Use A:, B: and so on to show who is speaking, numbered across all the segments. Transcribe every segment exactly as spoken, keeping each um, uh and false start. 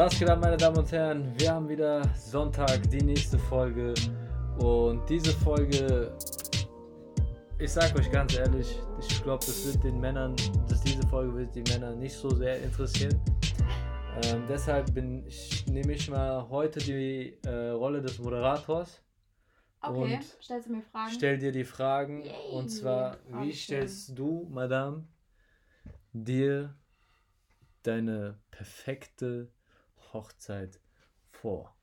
A: Was geht ab, meine Damen und Herren? Wir haben wieder Sonntag, die nächste Folge. Und diese Folge, ich sag euch ganz ehrlich, ich glaube, das wird den Männern, dass diese Folge wird die Männer nicht so sehr interessieren. Ähm, deshalb bin ich, nehme ich mal heute die äh, Rolle des Moderators.
B: Okay,
A: und
B: stellst du mir Fragen?
A: Stell dir die Fragen.
B: Yay.
A: Und zwar,
B: Oh,
A: wie
B: wie
A: stellst du, Madame, dir deine perfekte Hochzeit vor?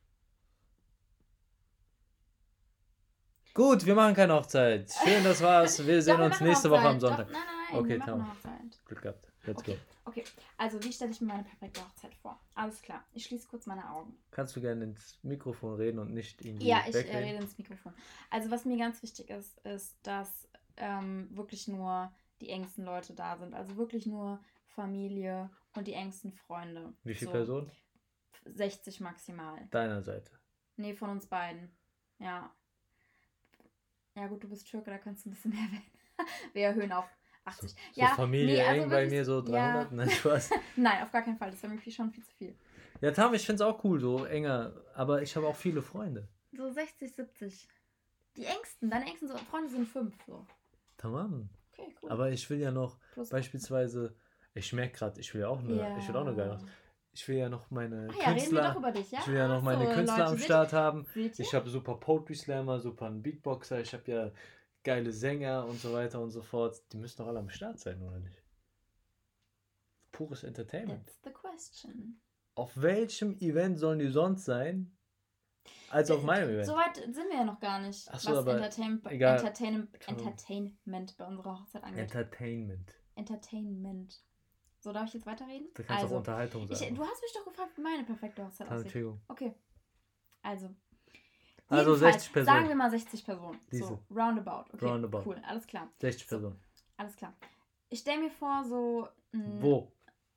A: Gut, wir machen keine Hochzeit. Schön, das war's. Wir sehen
B: Doch, wir
A: uns
B: machen
A: nächste
B: Hochzeit.
A: Woche am Sonntag.
B: Doch, nein, nein,
A: Okay,
B: wir machen
A: tamam.
B: Hochzeit.
A: Glück gehabt. Let's
B: Okay,
A: go.
B: okay. Also, wie stelle ich mir meine perfekte Hochzeit vor? Alles klar. Ich schließe kurz meine Augen.
A: Kannst du gerne ins Mikrofon reden und nicht irgendwie
B: Ja, ich äh,
A: wegreden?
B: rede ins Mikrofon. Also, was mir ganz wichtig ist, ist, dass ähm, wirklich nur die engsten Leute da sind. Also wirklich nur Familie und die engsten Freunde.
A: Wie viele
B: So
A: Personen?
B: sechzig maximal.
A: Deiner Seite.
B: Nee, von uns beiden. Ja. Ja gut, du bist Türke, da kannst du ein bisschen mehr werden. Wir erhöhen auf achtzig.
A: So,
B: ja,
A: so Familie
B: nee, also
A: eng bei
B: wirklich
A: mir so dreihundert?
B: Ja.
A: Nein, Spaß.
B: Nein, auf gar keinen Fall. Das wäre mir viel- schon viel zu viel.
A: Ja, Tam, ich finde es auch cool, so enger. Aber ich habe auch viele Freunde.
B: So sechzig, siebzig. Die engsten, deine engsten so, Freunde sind fünf. So.
A: Tamam.
B: Okay, cool.
A: Aber ich will ja noch
B: Plus
A: beispielsweise, ich merke gerade, ich will ja auch eine,
B: Ja.
A: ich will auch eine geile Hochzeit. Ich will ja noch meine
B: Ah ja, reden wir
A: Künstler,
B: doch über dich, ja?
A: ich will ja noch
B: Ach
A: meine
B: so,
A: Künstler
B: Leute,
A: am
B: seht-
A: Start haben.
B: Seht ihr?
A: Ich habe super Poetry Slammer, super einen Beatboxer, ich habe ja geile Sänger und so weiter und so fort. Die müssen doch alle am Start sein, oder nicht? Pures Entertainment.
B: That's the question.
A: Auf welchem Event sollen die sonst sein, als auf meinem Event?
B: Soweit sind wir ja noch gar nicht,
A: Ach so,
B: was
A: aber
B: Entertain
A: egal.
B: Entertain
A: Kann man-
B: Entertainment bei unserer Hochzeit angeht.
A: Entertainment.
B: Entertainment. So, darf ich jetzt weiterreden?
A: Da kannst du
B: Also,
A: auch Unterhaltung
B: ich,
A: sagen.
B: du hast mich doch gefragt, wie meine perfekte Hochzeit
A: Tam,
B: aussieht.
A: Entschuldigung.
B: Okay. Also.
A: Also
B: jedenfalls,
A: sechzig Personen.
B: Sagen wir mal sechzig Personen.
A: Diese.
B: So, roundabout. Okay,
A: Roundabout.
B: cool, alles klar.
A: sechzig
B: So.
A: Personen.
B: Alles klar. Ich stelle mir vor, so. Mh,
A: Wo?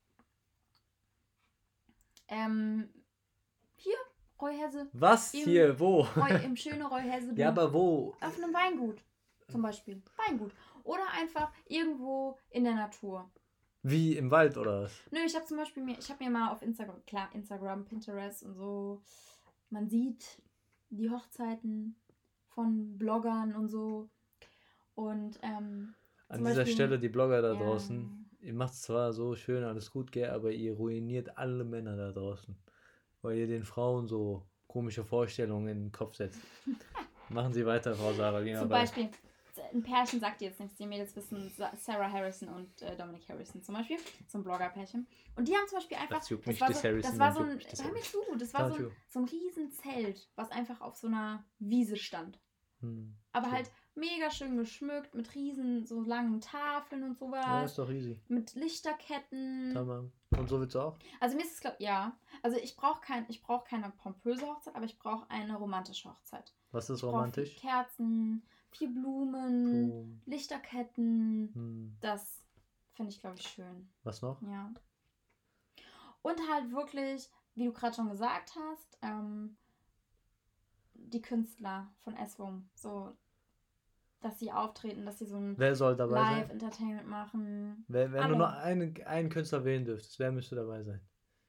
B: Ähm, hier, Roy Hesse.
A: Was?
B: Im-
A: Hier? Wo?
B: Roy, Im schönen Roy Hesse.
A: Ja, aber wo?
B: Auf einem Weingut. Zum Beispiel. Weingut. Oder einfach irgendwo in der Natur.
A: Wie, im Wald oder was?
B: Nö, ich habe zum Beispiel mir, ich habe mir mal auf Instagram, klar, Instagram, Pinterest und so, man sieht die Hochzeiten von Bloggern und so. Und, ähm,
A: An
B: Zum
A: dieser
B: Beispiel-
A: Stelle, die Blogger da
B: ja.
A: draußen, ihr macht es zwar so schön, alles gut, gell, aber ihr ruiniert alle Männer da draußen. Weil ihr den Frauen so komische Vorstellungen in den Kopf setzt. Machen Sie weiter, Frau Sarah. Gehen wir
B: Zum
A: weiter.
B: Beispiel, ein Pärchen sagt dir jetzt nichts, die Mädels wissen, Sa- Sarah Harrison und äh, Dominic Harrison zum Beispiel, so ein Blogger-Pärchen. Und die haben zum Beispiel einfach,
A: Das juckt
B: das
A: mich,
B: war
A: das
B: so,
A: Harrison,
B: das war
A: das
B: so ein,
A: juckt mich, das
B: hör mir
A: Harrison.
B: zu, das war so ein,
A: Thank you.
B: so ein riesen Zelt, was einfach auf so einer Wiese stand.
A: Hm.
B: Aber
A: Schön.
B: halt mega schön geschmückt, mit riesen, so langen Tafeln und
A: Ja,
B: sowas.
A: ist doch easy.
B: Mit Lichterketten.
A: Tamam. Und so willst du auch?
B: Also mir ist es, glaub, ja. Also ich brauche kein, ich brauch keine pompöse Hochzeit, aber ich brauche eine romantische Hochzeit.
A: Was ist
B: Ich brauch
A: romantisch?
B: Vier Kerzen, vier Blumen,
A: Blumen.
B: Lichterketten.
A: Hm.
B: Das finde ich, glaube ich, schön.
A: Was noch?
B: Ja. Und halt wirklich, wie du gerade schon gesagt hast, ähm, die Künstler von S W O M. So, dass sie auftreten, dass sie so ein
A: Wer soll dabei sein?
B: Live-Entertainment machen.
A: Wer, wenn
B: Alle.
A: du nur einen, einen Künstler wählen dürftest, wer müsste dabei sein?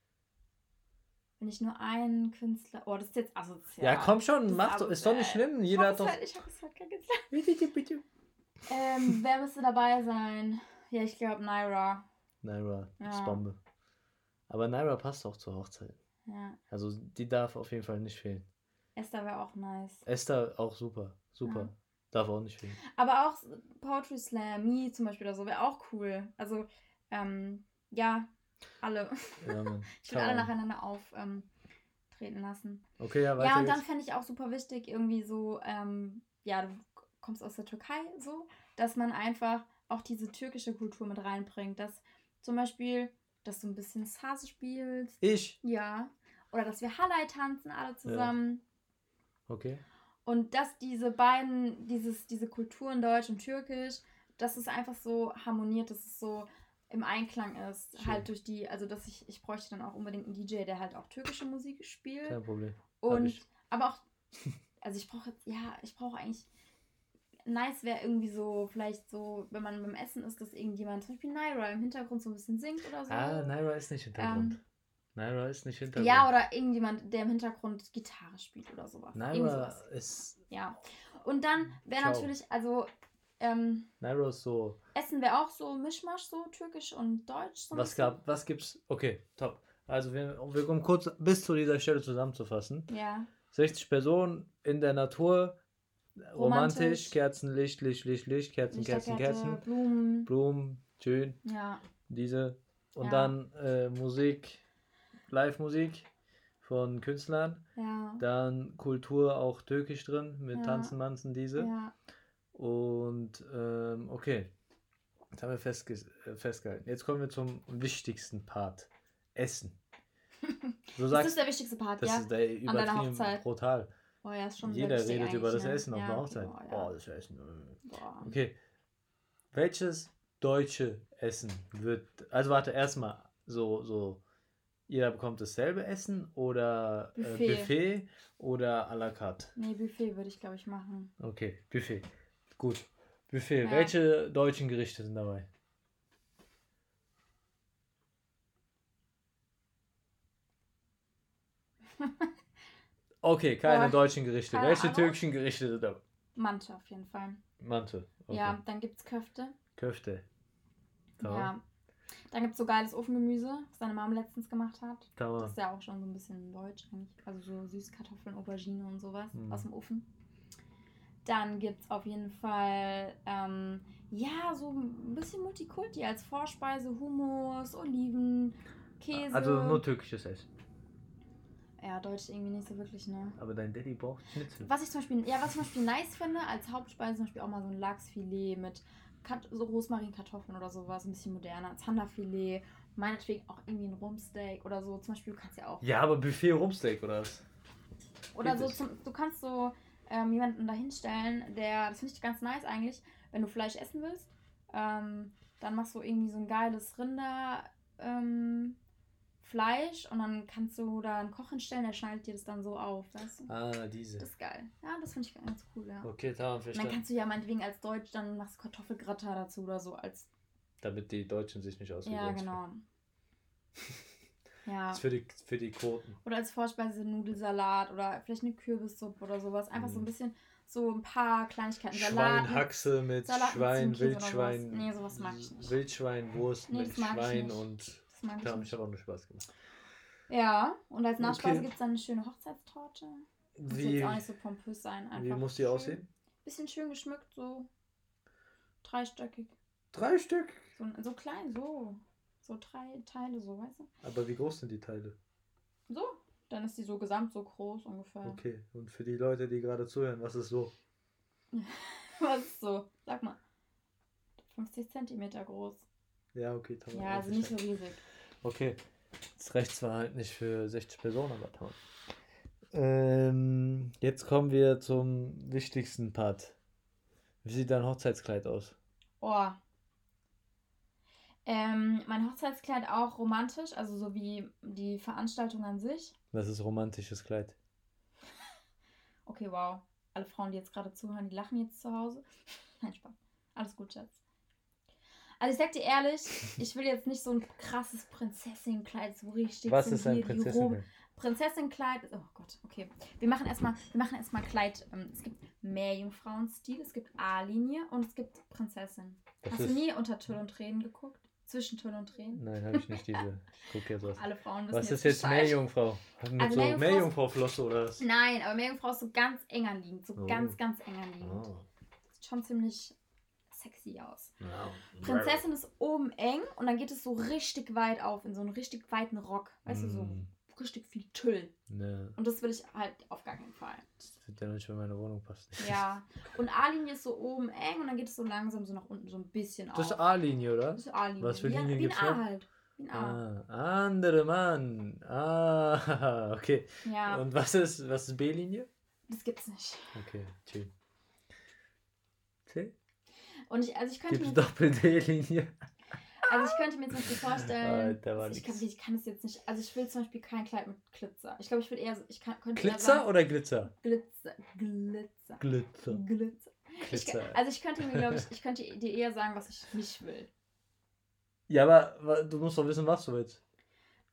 B: Wenn ich nur einen Künstler. Oh, das ist jetzt asozial.
A: Ja, komm schon,
B: Das
A: mach doch, ist doch nicht
B: asozial.
A: schlimm.
B: Ich
A: Jeder
B: hab
A: hat
B: es
A: doch.
B: halt, ich hab es halt gar gesagt.
A: Bitte, bitte.
B: Ähm, wer müsste dabei sein? Ja, ich glaube Naira.
A: Naira,
B: Ja.
A: ist Bombe. Aber Naira passt auch zur Hochzeit.
B: Ja.
A: Also die darf auf jeden Fall nicht fehlen.
B: Esther wäre auch nice.
A: Esther auch super. Super.
B: Ja.
A: Darf auch nicht fehlen.
B: Aber auch Poetry Slam, Me zum Beispiel oder so, wäre auch cool. Also, ähm, ja, alle.
A: Ja, Mann.
B: Ich will alle
A: Ciao.
B: nacheinander auftreten ähm, lassen.
A: Okay, ja, weiter
B: Ja, und dann
A: geht's.
B: fände ich auch super wichtig, irgendwie so, ähm, ja, du kommst aus der Türkei, so, dass man einfach auch diese türkische Kultur mit reinbringt. Dass zum Beispiel, dass du ein bisschen Saz spielst.
A: Ich.
B: Ja. Oder dass wir Halay tanzen, alle zusammen.
A: Okay.
B: Und dass diese beiden, dieses, diese Kulturen, Deutsch und Türkisch, dass es einfach so harmoniert, dass es so im Einklang ist.
A: Schön.
B: Halt durch die, also dass ich, ich bräuchte dann auch unbedingt einen D J, der halt auch türkische Musik spielt.
A: Kein Problem.
B: Und
A: ich.
B: aber auch, also ich brauche jetzt, ja, ich brauche eigentlich, nice wäre irgendwie so, vielleicht so, wenn man beim Essen ist, dass irgendjemand, zum Beispiel Naira im Hintergrund so ein bisschen singt oder so.
A: Ah, Naira ist nicht Hintergrund.
B: Ähm,
A: Naira ist nicht Hintergrund.
B: Ja, oder irgendjemand, der im Hintergrund Gitarre spielt oder sowas. Irgendwie
A: Naira
B: sowas.
A: ist...
B: Ja. Und dann wäre
A: Ciao.
B: natürlich, also ähm,
A: Naira ist so...
B: Essen wäre auch so Mischmasch, so türkisch und deutsch. So ein
A: Was
B: bisschen.
A: gab, was gibt's? Okay, top. Also wir, wir kommen kurz bis zu dieser Stelle zusammenzufassen.
B: Ja.
A: sechzig Personen in der Natur, romantisch,
B: Romantisch.
A: Kerzen, Licht, Licht, Licht, Licht, Kerzen, Kerzen,
B: Lichterkette,
A: Kerzen,
B: Blumen.
A: Blumen, schön,
B: Ja.
A: diese. Und
B: Ja.
A: dann äh, Musik, Live-Musik von Künstlern.
B: Ja.
A: Dann Kultur, auch türkisch drin, mit
B: Ja.
A: Tanzen, Manzen, diese.
B: Ja.
A: Und ähm, okay, das haben wir festge äh, festgehalten. Jetzt kommen wir zum wichtigsten Part. Essen. Du
B: Das
A: sagst,
B: ist der wichtigste Part,
A: das
B: ja.
A: ist der
B: deiner
A: übertrieben
B: Hochzeit.
A: brutal.
B: Oh ja, ist schon
A: Jeder
B: sehr wichtig
A: redet über
B: eigentlich,
A: das
B: ne?
A: Essen auf
B: Ja,
A: der
B: okay,
A: Hochzeit.
B: boah, ja.
A: Boah, das Essen. äh.
B: Boah.
A: Okay. Welches deutsche Essen wird. Also warte, erstmal so, so. Jeder bekommt dasselbe Essen oder
B: Buffet.
A: Äh, Buffet oder à la carte?
B: Nee, Buffet würde ich, glaube ich, machen.
A: Okay, Buffet. Gut. Buffet.
B: Ja.
A: Welche deutschen Gerichte sind dabei? Okay, keine
B: Boah,
A: deutschen Gerichte.
B: keine
A: Welche
B: Ahnung.
A: türkischen Gerichte sind dabei?
B: Mante auf jeden Fall.
A: Mante. Okay.
B: Ja, dann gibt's Köfte.
A: Köfte. Tamam.
B: Ja. Dann gibt's so geiles Ofengemüse, was deine Mom letztens gemacht hat. Das
A: Tamam.
B: ist ja auch schon so ein bisschen deutsch eigentlich. Also so Süßkartoffeln, Aubergine und sowas
A: Mhm.
B: aus dem Ofen. Dann gibt's auf jeden Fall, ähm, ja, so ein bisschen Multikulti als Vorspeise, Hummus, Oliven, Käse.
A: Also nur türkisches Essen.
B: Ja, Deutsch irgendwie nicht so wirklich, ne?
A: Aber dein Daddy braucht Schnitzel.
B: Was ich zum Beispiel, ja, was ich zum Beispiel nice finde, als Hauptspeise zum Beispiel auch mal so ein Lachsfilet mit Kat so Rosmarinkartoffeln oder sowas, ein bisschen moderner, Zanderfilet, meinetwegen auch irgendwie ein Rumpsteak oder so. Zum Beispiel, du kannst ja auch.
A: Ja, aber Buffet Rumpsteak oder was?
B: Oder
A: geht
B: so,
A: das?
B: zum, du kannst so ähm, jemanden da hinstellen, der, das finde ich ganz nice eigentlich, wenn du Fleisch essen willst, ähm, dann machst du irgendwie so ein geiles Rinder, ähm, Fleisch und dann kannst du da einen Koch hinstellen, der schneidet dir das dann so auf, weißt du?
A: Ah, diese.
B: Das ist geil. Ja, das finde ich ganz cool, ja.
A: Okay, tamam,
B: Und dann
A: verstanden.
B: kannst du ja meinetwegen als Deutsch, dann machst du Kartoffelgratin dazu oder so als.
A: Damit die Deutschen sich nicht auswählen.
B: Ja, genau. Ja.
A: Das ist für die, für die Quoten.
B: Oder als Vorspeise Nudelsalat oder vielleicht eine Kürbissuppe oder sowas. Einfach so ein
A: Mhm.
B: bisschen, so ein paar Kleinigkeiten.
A: Schwein,
B: Salat mit-
A: Haxe mit
B: Salat mit
A: Schwein,
B: Zimtkäse oder
A: Wildschwein.
B: sowas. Nee, sowas mag ich nicht.
A: Wildschwein, Wurst
B: Nee,
A: mit
B: das mag ich
A: Schwein
B: nicht.
A: und.
B: Das mag ich
A: Da
B: nicht.
A: hat auch nur Spaß gemacht.
B: Ja, und als Nachspeise
A: Okay.
B: gibt es dann eine schöne Hochzeitstorte. Muss
A: Wie,
B: jetzt auch nicht so pompös sein. Einfach
A: wie muss die
B: schön,
A: aussehen?
B: Bisschen schön geschmückt, so dreistöckig.
A: Drei Stück.
B: So, so klein, so. So drei Teile, so, weißt du?
A: Aber wie groß sind die Teile?
B: So, dann ist die so gesamt so groß ungefähr.
A: Okay, und für die Leute, die gerade zuhören, was ist so?
B: Was ist so? Sag mal. fünfzig Zentimeter groß.
A: Ja, okay, tamam.
B: Ja, also nicht so riesig.
A: Okay, das reicht zwar halt nicht für sechzig Personen, aber tamam. Ähm, jetzt kommen wir zum wichtigsten Part. Wie sieht dein Hochzeitskleid aus?
B: Oh. Ähm, mein Hochzeitskleid auch romantisch, also so wie die Veranstaltung an sich.
A: Was ist romantisches Kleid?
B: Okay, wow. Alle Frauen, die jetzt gerade zuhören, die lachen jetzt zu Hause. Nein, Spaß. Alles gut, Schatz. Also ich sag dir ehrlich, ich will jetzt nicht so ein krasses Prinzessinnenkleid, so richtig
A: Was
B: so
A: ist ein
B: hier die Robe.
A: Prinzessin?
B: Prinzessinnenkleid, oh Gott, okay. Wir machen erstmal, wir machen erstmal Kleid. Ähm, es gibt Meerjungfrauenstil, es gibt A-Linie und es gibt Prinzessin.
A: Das
B: Hast du
A: ist-
B: nie unter Tüll und Tränen geguckt? Zwischen Tüll und Tränen?
A: Nein, habe ich nicht diese. Ich gucke jetzt was.
B: Alle Frauen wissen
A: Was ist jetzt
B: Bescheid.
A: Meerjungfrau? Mit
B: Also
A: so
B: Meerjungfrau-
A: Meerjungfrau-Flosse oder was?
B: Nein, aber Meerjungfrau ist so ganz eng anliegend, so
A: Oh.
B: ganz, ganz eng anliegend.
A: Oh.
B: Sieht schon ziemlich sexy aus.
A: Ja.
B: Prinzessin ist oben eng und dann geht es so richtig weit auf, in so einen richtig weiten Rock. Weißt du, so
A: Mm,
B: richtig viel Tüll.
A: ne,
B: Und das will ich halt auf gar keinen Fall.
A: das wird ja nicht für meine Wohnung passen.
B: Ja. Und A-Linie ist so oben eng und dann geht es so langsam so nach unten so ein bisschen auf.
A: Das ist A-Linie, oder?
B: Das ist A-Linie.
A: Was für
B: Wie ein-
A: Linien
B: Wie ein
A: gibt's
B: A
A: noch?
B: halt. Wie ein A.
A: Ah, andere Mann. Ah, okay.
B: Ja,
A: Und was ist, was ist B-Linie?
B: das gibt's nicht.
A: Okay, chill. C?
B: Und ich, also ich könnte
A: Gibt es
B: mir,
A: Doppel-D-Linie?
B: also ich könnte mir jetzt nicht so vorstellen.
A: Alter, war
B: ich, kann,
A: nix.
B: ich kann es jetzt nicht. Also ich will zum Beispiel kein Kleid mit Glitzer. Ich glaube, ich würde eher, ich kann, könnte eher
A: Glitzer
B: sagen,
A: oder Glitzer?
B: Glitzer. Glitzer.
A: Glitzer.
B: Glitzer. Ich,
A: Glitzer.
B: also ich könnte mir, glaube ich, ich könnte dir eher sagen, was ich nicht will.
A: Ja, aber wa- du musst doch wissen, was du willst.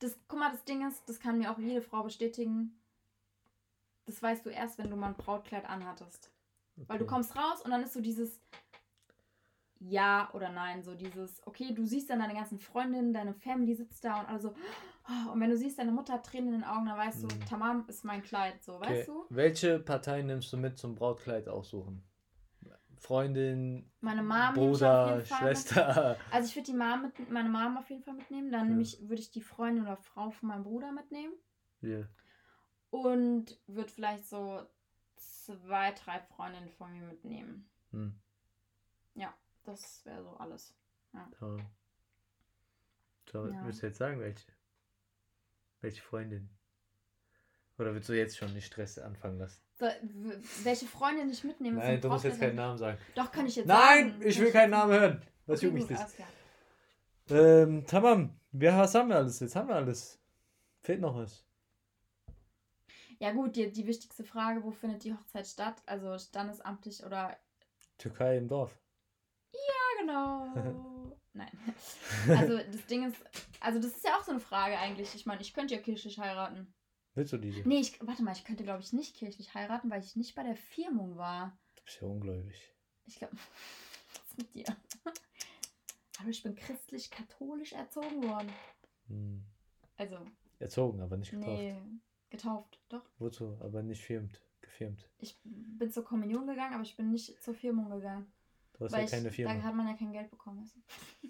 B: das, guck mal, das Ding ist, das kann mir auch jede Frau bestätigen, das weißt du erst, wenn du mal ein Brautkleid anhattest. Okay. Weil du kommst raus und dann ist so dieses Ja oder Nein, so dieses, okay, du siehst dann deine ganzen Freundinnen, deine Family sitzt da und alle so, oh, und wenn du siehst, deine Mutter hat Tränen in den Augen, dann weißt du, mm. Tamam ist mein Kleid, so,
A: okay.
B: weißt du?
A: Welche Partei nimmst du mit zum Brautkleid aussuchen? Freundin,
B: meine Mom
A: Bruder, Schwester.
B: Mit. Also ich würde die Mom mit, meine Mom auf jeden Fall mitnehmen. Dann ja. nämlich würde ich die Freundin oder Frau von meinem Bruder mitnehmen. Ja. Yeah. Und würde vielleicht so zwei, drei Freundinnen von mir mitnehmen. Hm. Ja, das wäre so alles. Ja.
A: So. So, ja. Willst du jetzt sagen, welche? Welche Freundin? Oder willst du jetzt schon die Stress anfangen lassen?
B: So, w- welche Freundin ich mitnehme?
A: Nein, du musst jetzt keinen Namen sagen.
B: Doch, kann ich jetzt
A: Nein,
B: sagen.
A: Nein, ich will ich keinen Namen hören. Was okay, juckt mich das? Ähm, Tamam, wir, was haben wir alles? Jetzt haben wir alles. Fehlt noch was.
B: Ja gut, die, die wichtigste Frage, wo findet die Hochzeit statt? Also standesamtlich oder...
A: Türkei im Dorf.
B: Ja, genau. Nein. Also das Ding ist, also das ist ja auch so eine Frage eigentlich. Ich meine, ich könnte ja kirchlich heiraten.
A: Willst du diese?
B: Nee, ich, warte mal, ich könnte glaube ich nicht kirchlich heiraten, weil ich nicht bei der Firmung war.
A: Du bist ja ungläubig.
B: Ich glaube, was ist mit dir? Aber ich bin christlich-katholisch erzogen worden. Hm. Also.
A: Erzogen, aber nicht getauft.
B: Nee, getauft, doch.
A: Wozu? Aber nicht firmt, gefirmt.
B: Ich bin zur Kommunion gegangen, aber ich bin nicht zur Firmung gegangen.
A: Du hast ja keine
B: ich,
A: Firma.
B: Da hat man ja kein Geld bekommen. Also.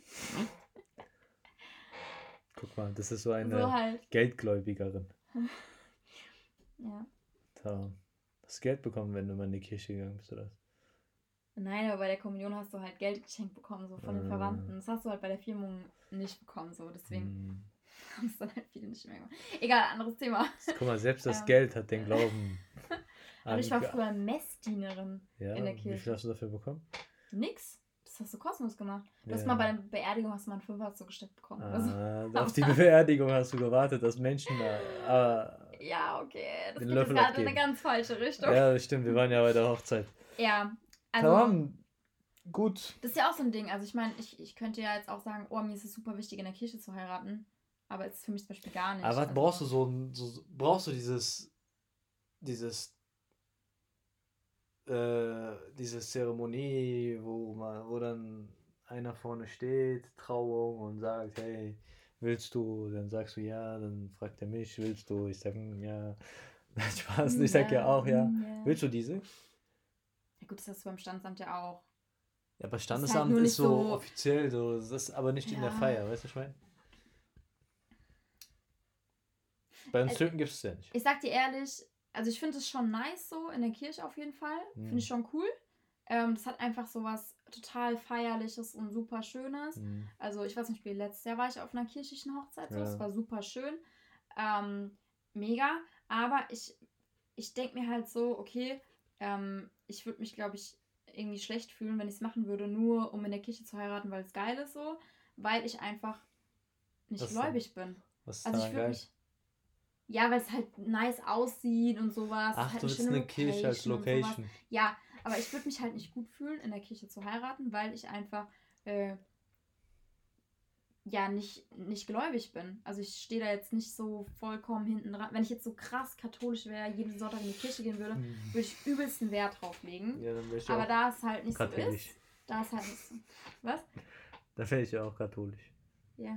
A: Guck mal, das ist so eine so halt. Geldgläubigerin.
B: Ja.
A: So. Hast du Geld bekommen, wenn du mal in die Kirche gegangen bist, oder was?
B: Nein, aber bei der Kommunion hast du halt Geld geschenkt bekommen, so von den äh. Verwandten. Das hast du halt bei der Firmung nicht bekommen, so. Deswegen mm. haben es dann halt viele nicht mehr gemacht. Egal, anderes Thema.
A: Guck mal, selbst das ähm. Geld hat den Glauben.
B: Aber ich war früher Messdienerin
A: ja,
B: in der Kirche.
A: Wie viel hast du dafür bekommen?
B: Nix. Das hast du kostenlos gemacht. Du
A: ja.
B: hast mal bei der Beerdigung hast du mal einen Fünfer zugesteckt bekommen.
A: Ah, oder so. Auf die Beerdigung hast du gewartet, dass Menschen da... Äh,
B: ja, okay. Das geht gerade in eine ganz falsche Richtung.
A: Ja, das stimmt. Wir waren ja bei der Hochzeit.
B: Ja. Also,
A: Tamam. Gut.
B: Das ist ja auch so ein Ding. Also ich meine, ich, ich könnte ja jetzt auch sagen, oh, mir ist es super wichtig, in der Kirche zu heiraten. Aber es ist für mich zum Beispiel gar nicht.
A: Aber was
B: also,
A: brauchst du so, ein, so... Brauchst du dieses... Dieses... Äh, diese Zeremonie, wo man, wo dann einer vorne steht, Trauung und sagt, hey, willst du? Dann sagst du ja, dann fragt er mich, willst du? Ich sag ja. Spaß, ich sag ja, ja auch ja. ja. Willst du diese?
B: Ja gut, das hast du beim Standesamt ja auch.
A: Ja, aber Standesamt ist, halt ist so, so offiziell, so, das ist aber nicht ja. in der Feier, weißt du, ich meine? Bei uns Türken gibt es ja nicht.
B: Ich sag dir ehrlich, also ich finde es schon nice so, in der Kirche auf jeden Fall. Mhm. Finde ich schon cool. Ähm, das hat einfach so was total Feierliches und super Schönes. Mhm. Also ich weiß nicht, wie letztes Jahr war ich auf einer kirchlichen Hochzeit. So. Ja. Das war super schön. Ähm, mega. Aber ich, ich denke mir halt so, okay, ähm, ich würde mich, glaube ich, irgendwie schlecht fühlen, wenn ich es machen würde, nur um in der Kirche zu heiraten, weil es geil ist so. Weil ich einfach nicht was gläubig denn? bin.
A: Was ist
B: also ich würde mich... Ja, weil es halt nice aussieht und sowas.
A: Ach,
B: halt
A: du willst eine, eine Kirche als Location.
B: Ja, aber ich würde mich halt nicht gut fühlen, in der Kirche zu heiraten, weil ich einfach äh, ja nicht, nicht gläubig bin. Also ich stehe da jetzt nicht so vollkommen hinten dran. Wenn ich jetzt so krass katholisch wäre, jeden Sonntag in die Kirche gehen würde, mhm. würde ich übelsten Wert drauf legen. Ja, dann wäre ich aber auch da es halt nicht katholisch. so ist, da ist halt nicht so. Was?
A: Da wäre ich ja auch katholisch.
B: Ja.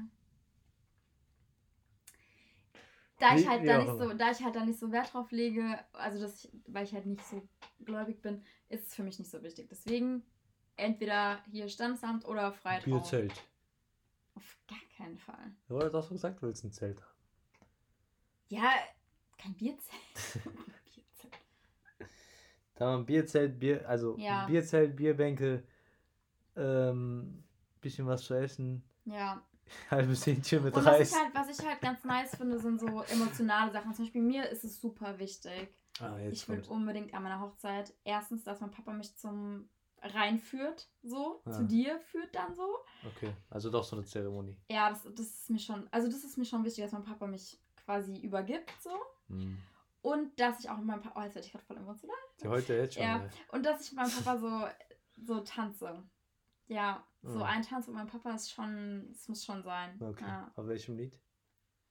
B: Da ich, halt da, nicht so, da ich halt da nicht so Wert drauf lege, also dass ich, weil ich halt nicht so gläubig bin, ist es für mich nicht so wichtig. Deswegen entweder hier Standesamt oder Freitrauung.
A: Bierzelt.
B: Auf gar keinen Fall.
A: Ja, du hast doch gesagt, du willst ein Zelt haben.
B: Ja, kein Bierzelt.
A: Bierzelt. Da haben wir ein Bierzelt, Bier, also ja. Bierzelt, Bierbänke, ähm, bisschen was zu essen.
B: Ja.
A: Halbes Hähnchen mit
B: und
A: Reis.
B: Was ich, halt, was ich halt ganz nice finde, sind so emotionale Sachen. Zum Beispiel mir ist es super wichtig.
A: Ah,
B: ich will unbedingt an meiner Hochzeit erstens, dass mein Papa mich zum reinführt, so, ah. zu dir führt dann so.
A: Okay, also doch so eine Zeremonie.
B: Ja, das, das ist mir schon, also das ist mir schon wichtig, dass mein Papa mich quasi übergibt, so. Hm. Und dass ich auch mit meinem Papa, oh, jetzt werde ich gerade voll emotional.
A: Ja, heute jetzt schon.
B: Ja, ja. Und dass ich mit meinem Papa so, so tanze. Ja, so mhm. ein Tanz mit meinem Papa ist schon, es muss schon sein.
A: Okay.
B: Ja.
A: Auf welchem Lied?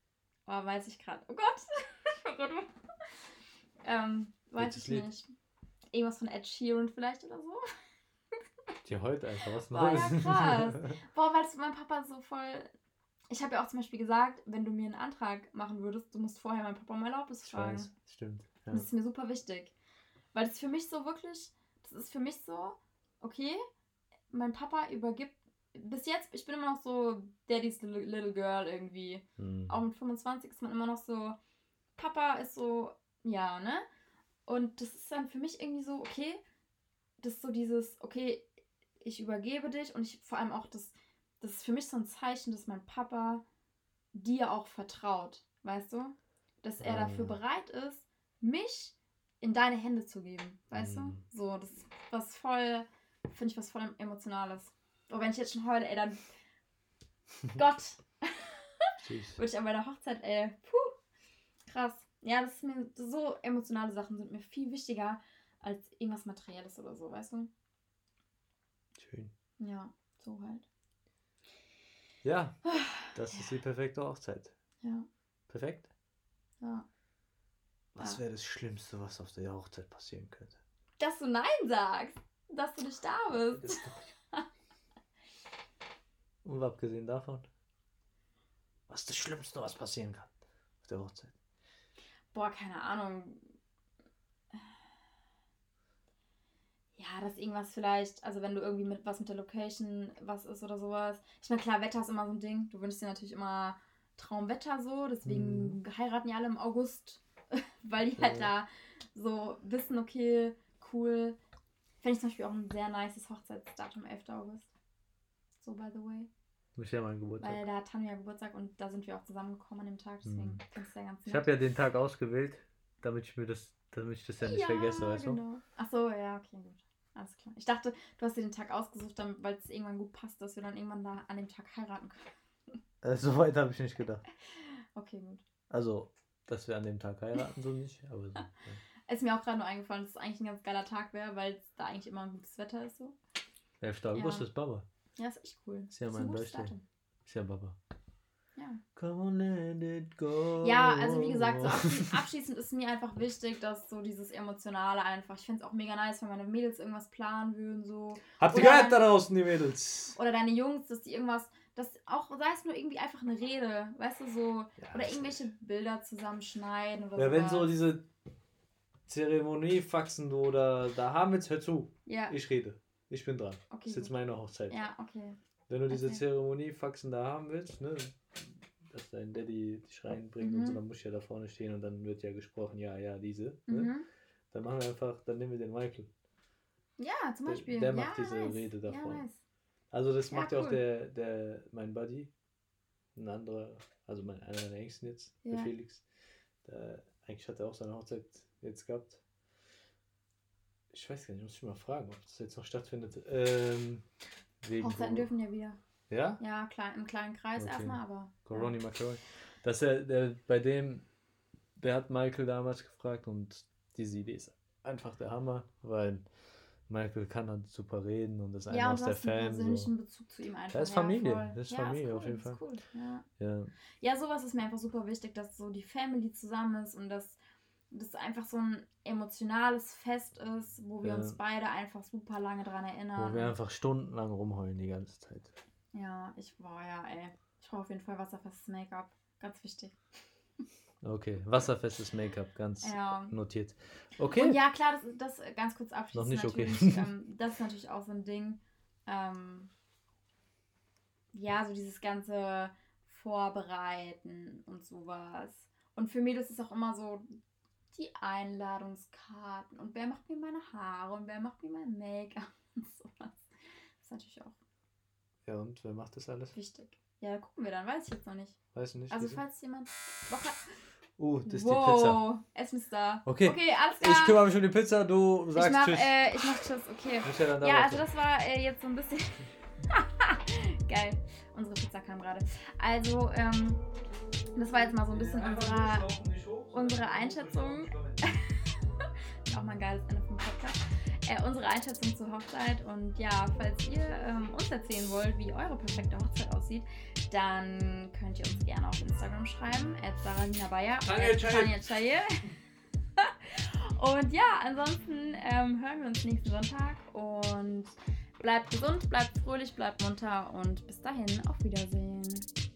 B: Oh, weiß ich gerade. Oh Gott. oh Gott. ähm, weiß
A: Welches
B: ich
A: Lied?
B: nicht. Irgendwas von Ed Sheeran vielleicht oder so.
A: Die heute einfach was
B: Boah,
A: Neues.
B: ja, krass. Boah, weißt du, mein Papa so voll... Ich habe ja auch zum Beispiel gesagt, wenn du mir einen Antrag machen würdest, du musst vorher meinen Papa um Erlaubnis
A: Ich
B: fragen.
A: weiß, stimmt. Ja.
B: Und das ist mir super wichtig. Weil das ist für mich so wirklich... Das ist für mich so, okay, mein Papa übergibt... Bis jetzt, ich bin immer noch so Daddy's little, little girl irgendwie.
A: Hm.
B: Auch mit fünfundzwanzig ist man immer noch so... Papa ist so... Ja, ne? Und das ist dann für mich irgendwie so, okay, das ist so dieses, okay, ich übergebe dich und ich vor allem auch, das, das ist für mich so ein Zeichen, dass mein Papa dir auch vertraut, weißt du? Dass er
A: Ah.
B: dafür bereit ist, mich in deine Hände zu geben, weißt
A: Mhm.
B: du? So, das ist was voll, finde ich was voll Emotionales. Aber wenn ich jetzt schon heule, ey, dann Gott,
A: Tschüss.
B: würde ich an meiner Hochzeit, ey, puh, krass. Ja, das ist mir, so emotionale Sachen sind mir viel wichtiger als irgendwas Materielles oder so, weißt du?
A: Schön.
B: Ja, so halt.
A: Ja, das ist die perfekte Hochzeit.
B: Ja,
A: Perfekt?
B: ja.
A: Was
B: Ja.
A: wäre das Schlimmste, was auf der Hochzeit passieren könnte?
B: Dass du Nein sagst, dass du nicht da bist.
A: Ist doch- Und abgesehen davon, was ist das Schlimmste, was passieren kann auf der Hochzeit?
B: Boah, keine Ahnung. Ja, dass irgendwas vielleicht, also wenn du irgendwie mit was mit der Location was ist oder sowas. Ich meine, klar, Wetter ist immer so ein Ding. Du wünschst dir natürlich immer Traumwetter so, deswegen
A: Mhm.
B: heiraten ja alle im August, weil die halt
A: Ja.
B: da so wissen, okay, cool. Fände ich zum Beispiel auch ein sehr nices Hochzeitsdatum, elfter August. So, by the way.
A: Muss ja mein Geburtstag.
B: Weil da hat Tanja Geburtstag und da sind wir auch zusammengekommen an dem Tag, deswegen
A: Mhm.
B: finde ich es ja ganz
A: Ich
B: nett.
A: habe ja den Tag ausgewählt, damit ich mir das, damit ich das ja nicht vergesse, weißt du?
B: genau. Ach so, ja, okay, gut. Alles klar. Ich dachte, du hast dir den Tag ausgesucht, damit- weil es irgendwann gut passt, dass wir dann irgendwann da an dem Tag heiraten können.
A: Äh, so weit habe ich nicht gedacht.
B: Okay, gut.
A: Also, dass wir an dem Tag heiraten, so nicht, aber so. Ja.
B: Ist mir auch gerade nur eingefallen, dass es eigentlich ein ganz geiler Tag wäre, weil es da eigentlich immer ein gutes Wetter ist so.
A: elfter August
B: Ja.
A: ist Baba.
B: Ja, ist echt cool.
A: Ist ja
B: ein
A: mein
B: gutes
A: Birthday.
B: Datum.
A: Ist ja Baba.
B: Ja.
A: Come on, let it go.
B: Ja, also wie gesagt, so abschließend, abschließend ist mir einfach wichtig, dass so dieses Emotionale einfach, ich fände es auch mega nice, wenn meine Mädels irgendwas planen würden, so.
A: Habt ihr
B: Oder-
A: gehört da draußen, die Mädels?
B: Oder deine Jungs, dass die irgendwas, dass auch, sei es nur irgendwie einfach eine Rede, weißt du, so.
A: Ja,
B: Oder
A: das-
B: irgendwelche Bilder zusammenschneiden oder
A: Ja, wenn so
B: sowas.
A: diese Zeremoniefaxen oder da haben jetzt, hör zu,
B: Ja,
A: ich rede. Ich bin dran.
B: okay.
A: Das ist jetzt
B: gut.
A: meine Hochzeit.
B: Ja, okay.
A: Wenn du diese
B: Okay.
A: Zeremoniefaxen da haben willst, ne, dass dein Daddy dich reinbringt und so,
B: Mhm.
A: dann muss ich ja da vorne stehen und dann wird ja gesprochen, ja, ja, diese. Ne?
B: Mhm.
A: Dann machen wir einfach, dann nehmen wir den Michael.
B: Ja, zum
A: Der-
B: Beispiel.
A: der
B: ja,
A: macht diese
B: nice.
A: Rede davon.
B: Ja, nice.
A: Also das
B: Ja,
A: macht ja auch
B: cool.
A: der, der, mein Buddy, ein anderer, also mein, einer meiner Ängsten jetzt, der
B: Ja.
A: Felix. Der, eigentlich hat er auch seine Hochzeit jetzt gehabt. Ich weiß gar nicht, muss ich mal fragen, ob das jetzt noch stattfindet. Ähm, wegen
B: Hochzeiten
A: Cor-
B: dürfen ja wieder.
A: Ja?
B: Ja, klar, im kleinen Kreis
A: Okay.
B: erstmal, aber.
A: Coroni McCoy. Dass er, der, bei dem, der hat Michael damals gefragt und diese Idee ist einfach der Hammer, weil Michael kann halt super reden und ist
B: Ja,
A: einer
B: ja und
A: aus
B: du
A: der
B: hast einen
A: Fan.
B: persönlichen
A: So.
B: Bezug zu ihm einfach.
A: Das ist
B: ja,
A: Familie,
B: voll.
A: das ist
B: ja,
A: Familie
B: ist
A: auf
B: cool,
A: jeden
B: ist
A: Fall.
B: Cool. Ja.
A: Ja.
B: ja, sowas ist mir einfach super wichtig, dass so die Family zusammen ist und dass das einfach so ein emotionales Fest ist, wo wir
A: Ja.
B: uns beide einfach super lange dran erinnern.
A: Wo wir einfach stundenlang rumheulen die ganze Zeit.
B: Ja, ich war ja, ey. Ich brauche auf jeden Fall wasserfestes Make-up. Ganz wichtig.
A: Okay, wasserfestes Make-up, ganz
B: Ja.
A: notiert. Okay.
B: Und ja, klar, das, das ganz kurz abschließend
A: Noch nicht okay.
B: natürlich. ähm, das ist natürlich auch so ein Ding. Ähm, ja, so dieses ganze Vorbereiten und sowas. Und für mich ist es auch immer so die Einladungskarten und wer macht mir meine Haare und wer macht mir mein Make-up und sowas. Das ist natürlich auch
A: Ja, und wer macht das alles?
B: wichtig. Ja, gucken wir dann, weiß ich jetzt noch nicht.
A: Weiß ich nicht.
B: Also
A: wieso?
B: falls jemand Bock hat.
A: Uh, das ist
B: wow,
A: die Pizza.
B: Essen ist da.
A: Okay.
B: Okay, alles klar.
A: Ich kümmere mich um die Pizza, du
B: Ich
A: sagst
B: mach,
A: Tschüss.
B: äh, ich mach Tschüss, okay.
A: Michael, dann da
B: Ja,
A: weiter.
B: also das war äh, jetzt so ein bisschen... Geil, unsere Pizza kam gerade. Also, ähm, das war jetzt mal so ein bisschen unsere, unsere Einschätzung. Ist auch mal ein geiles Ende vom Podcast. äh, unsere Einschätzung zur Hochzeit. Und ja, falls ihr ähm, uns erzählen wollt, wie eure perfekte Hochzeit aussieht, dann könnt ihr uns gerne auf Instagram schreiben, at saralina bayer,
A: Tanja Chaye.
B: Tanja Chaye. Und ja, ansonsten ähm, hören wir uns nächsten Sonntag und bleibt gesund, bleibt fröhlich, bleibt munter und bis dahin, auf Wiedersehen.